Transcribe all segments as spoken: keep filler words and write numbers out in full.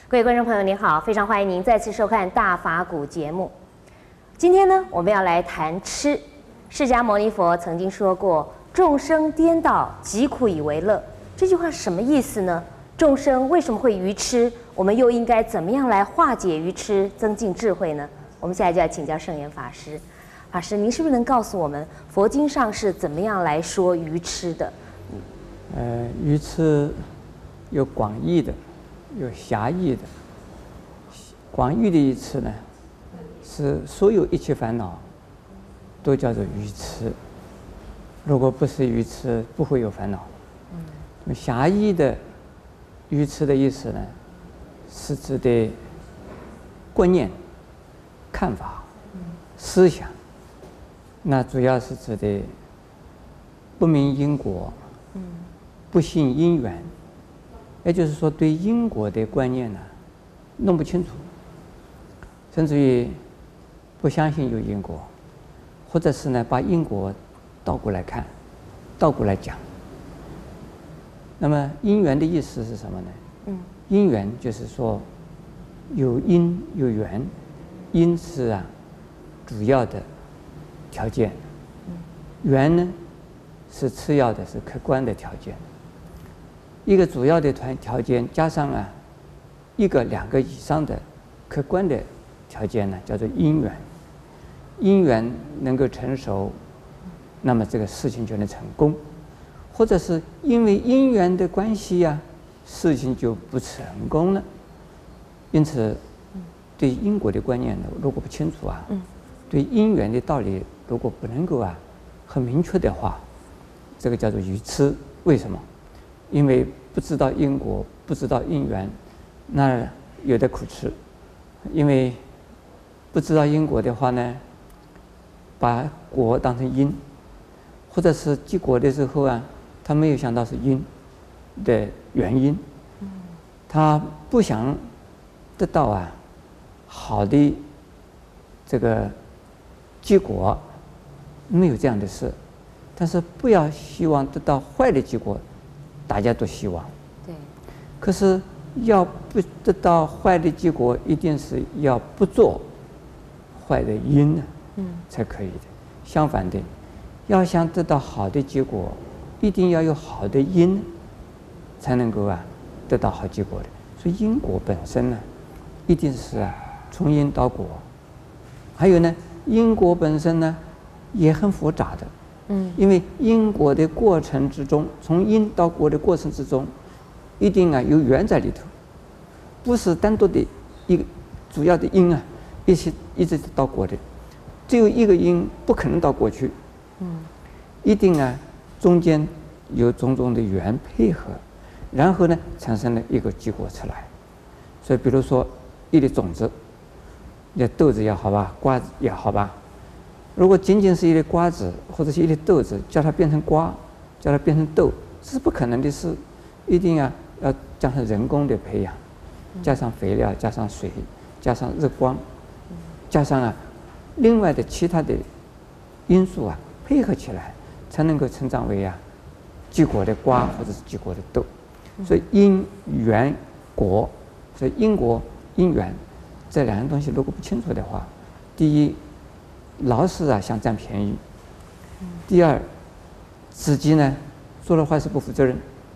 各位观众朋友，您好，非常欢迎您再次收看《大法古》节目。今天呢，我们要来谈吃。释迦牟尼佛曾经说过：“众生颠倒，疾苦以为乐。”这句话什么意思呢？众生为什么会愚痴？我们又应该怎么样来化解愚痴，增进智慧呢？我们现在就要请教圣严法师。法师，您是不是能告诉我们，佛经上是怎么样来说愚痴的？ 呃，愚痴有广义的，有狭义的。广义的愚痴呢，是所有一切烦恼都叫做愚痴。如果不是愚痴，不会有烦恼。嗯。那么狭义的愚痴的意思呢，是指的观念、看法、思想。那主要是指的不明因果，不信因缘，也就是说对因果的观念呢弄不清楚，甚至于不相信有因果，或者是呢把因果倒过来看，倒过来讲。那么因缘的意思是什么呢？嗯，因缘就是说有因有缘，因是啊主要的条件，缘呢是次要的，是客观的条件。一个主要的条条件加上啊一个两个以上的客观的条件呢，叫做因缘。因缘能够成熟，那么这个事情就能成功；或者是因为因缘的关系呀、啊，事情就不成功了。因此，对因果的观念呢，如果不清楚啊，对因缘的道理如果不能够啊很明确的话，这个叫做愚痴。为什么？因为不知道因果，不知道因缘，那有的苦吃。因为不知道因果的话呢，把果当成因，或者是结果的时候啊，他没有想到是因的原因，他不想得到啊好的这个结果，没有这样的事。但是不要希望得到坏的结果，大家都希望。 对。 可是要不得到坏的结果，一定是要不做坏的因呢，嗯，才可以的。相反的，要想得到好的结果，一定要有好的因，才能够啊得到好结果的。所以因果本身呢，一定是啊从因到果。还有呢，因果本身呢也很复杂的。嗯，因为因果的过程之中，从因到果的过程之中，一定啊有缘在里头，不是单独的一个主要的因啊，一起一直到果的，只有一个因不可能到果去。嗯，一定啊中间有种种的缘配合，然后呢产生了一个结果出来。所以，比如说一粒种子，那豆子也好吧，瓜子也好吧。如果仅仅是一粒瓜子或者是一粒豆子，叫它变成瓜，叫它变成豆，这是不可能的事。一定要要加上人工的培养，加上肥料，加上水，加上日光，加上啊另外的其他的因素啊配合起来，才能够成长为啊结果的瓜或者是结果的豆。所以因缘果，所以因果因缘这两样东西如果不清楚的话，第一，老是啊想占便宜；第二，自己呢做了坏事不负责任。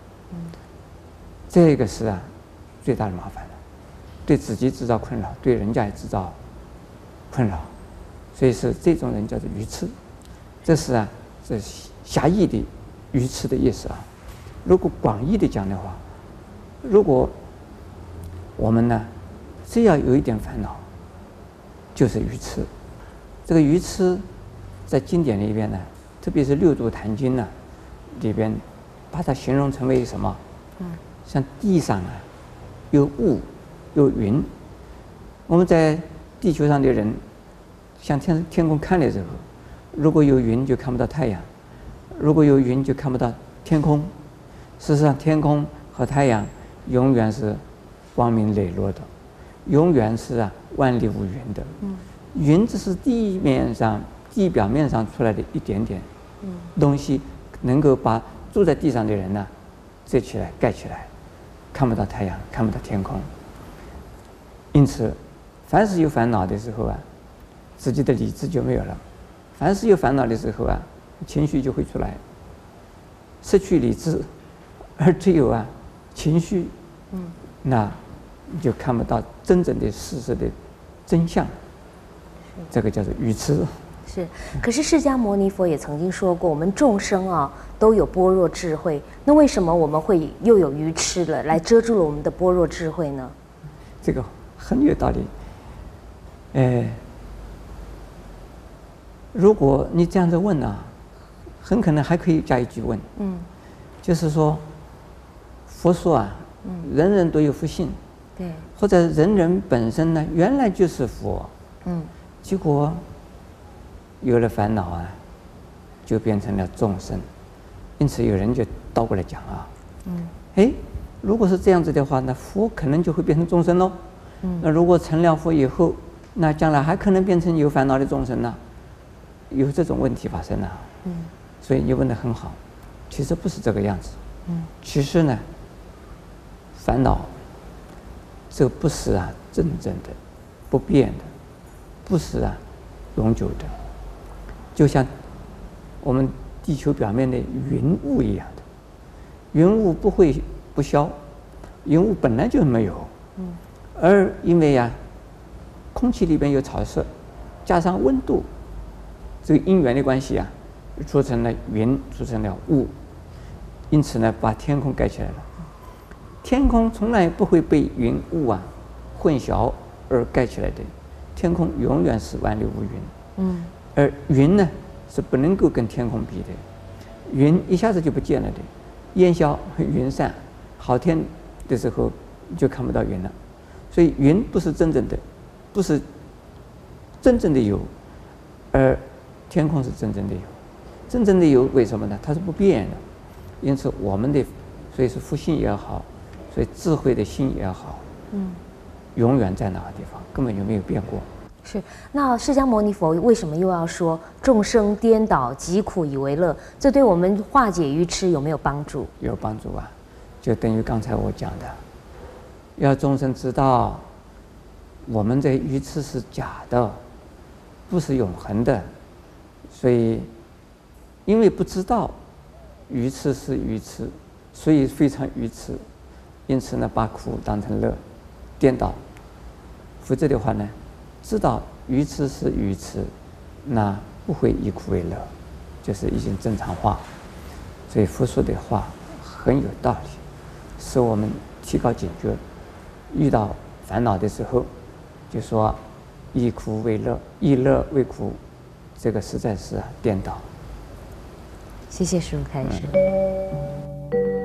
这个是啊最大的麻烦了，对自己制造困扰，对人家也制造困扰，所以是这种人叫做愚痴。这是啊这狭义的愚痴的意思啊。如果广义的讲的话，如果我们呢只要有一点烦恼，就是愚痴。这个愚痴在经典里边呢，特别是六祖坛经呢里边，把它形容成为什么？嗯，像地上啊有雾有云。我们在地球上的人向天天空看的时候，如果有云就看不到太阳，如果有云就看不到天空。事实上，天空和太阳永远是光明磊落的，永远是啊万里无云的。嗯，云只是地面上地表面上出来的一点点东西，能够把住在地上的人呢遮起来盖起来，看不到太阳，看不到天空。 因此，凡是有烦恼的时候啊，自己的理智就没有了；凡是有烦恼的时候啊，情绪就会出来。失去理智，而只有啊情绪，嗯，那你就看不到真正的事实的真相。这个叫做愚痴。 是，可是释迦牟尼佛也曾经说过，我们众生啊都有般若智慧，那为什么我们会又有愚痴了，来遮住了我们的般若智慧呢？ 这个很有道理。呃，如果你这样子问啊，很可能还可以加一句问，嗯，就是说，佛说啊，嗯，人人都有佛性，对，或者人人本身呢原来就是佛，嗯，结果有了烦恼啊，就变成了众生。因此有人就倒过来讲啊，嗯，哎，如果是这样子的话，那佛可能就会变成众生喽。嗯，那如果成了佛以后，那将来还可能变成有烦恼的众生呢？有这种问题发生了。嗯，所以你问得很好，其实不是这个样子。嗯，其实呢，烦恼这不是啊真正的、不变的，不是啊永久的。就像我们地球表面的云雾一样的，云雾不会不消，云雾本来就没有，嗯，而因为呀、啊，空气里边有潮湿，加上温度，这个因缘的关系啊，做成了云，做成了雾，因此呢，把天空盖起来了。天空从来不会被云雾啊混淆而盖起来的，天空永远是万里无云。嗯。而云呢是不能够跟天空比的，云一下子就不见了的，烟消云散，好天的时候就看不到云了。所以云不是真正的，不是真正的有，而天空是真正的有。真正的有为什么呢？它是不变的。因此我们的所以是福性也好，所以智慧的心也好，嗯，永远在哪个地方根本就没有变过。 是，那释迦牟尼佛为什么又要说众生颠倒，疾苦以为乐？这对我们化解愚痴有没有帮助？ 有帮助啊，就等于刚才我讲的，要众生知道，我们这愚痴是假的，不是永恒的，所以因为不知道愚痴是愚痴，所以非常愚痴，因此呢，把苦当成乐，颠倒。否则的话呢，知道愚痴是愚痴，那不会以苦为乐，就是已经正常化。所以佛说的话很有道理，使我们提高警觉。遇到烦恼的时候，就说以苦为乐，以乐为苦，这个实在是颠倒。 谢谢师父开示。嗯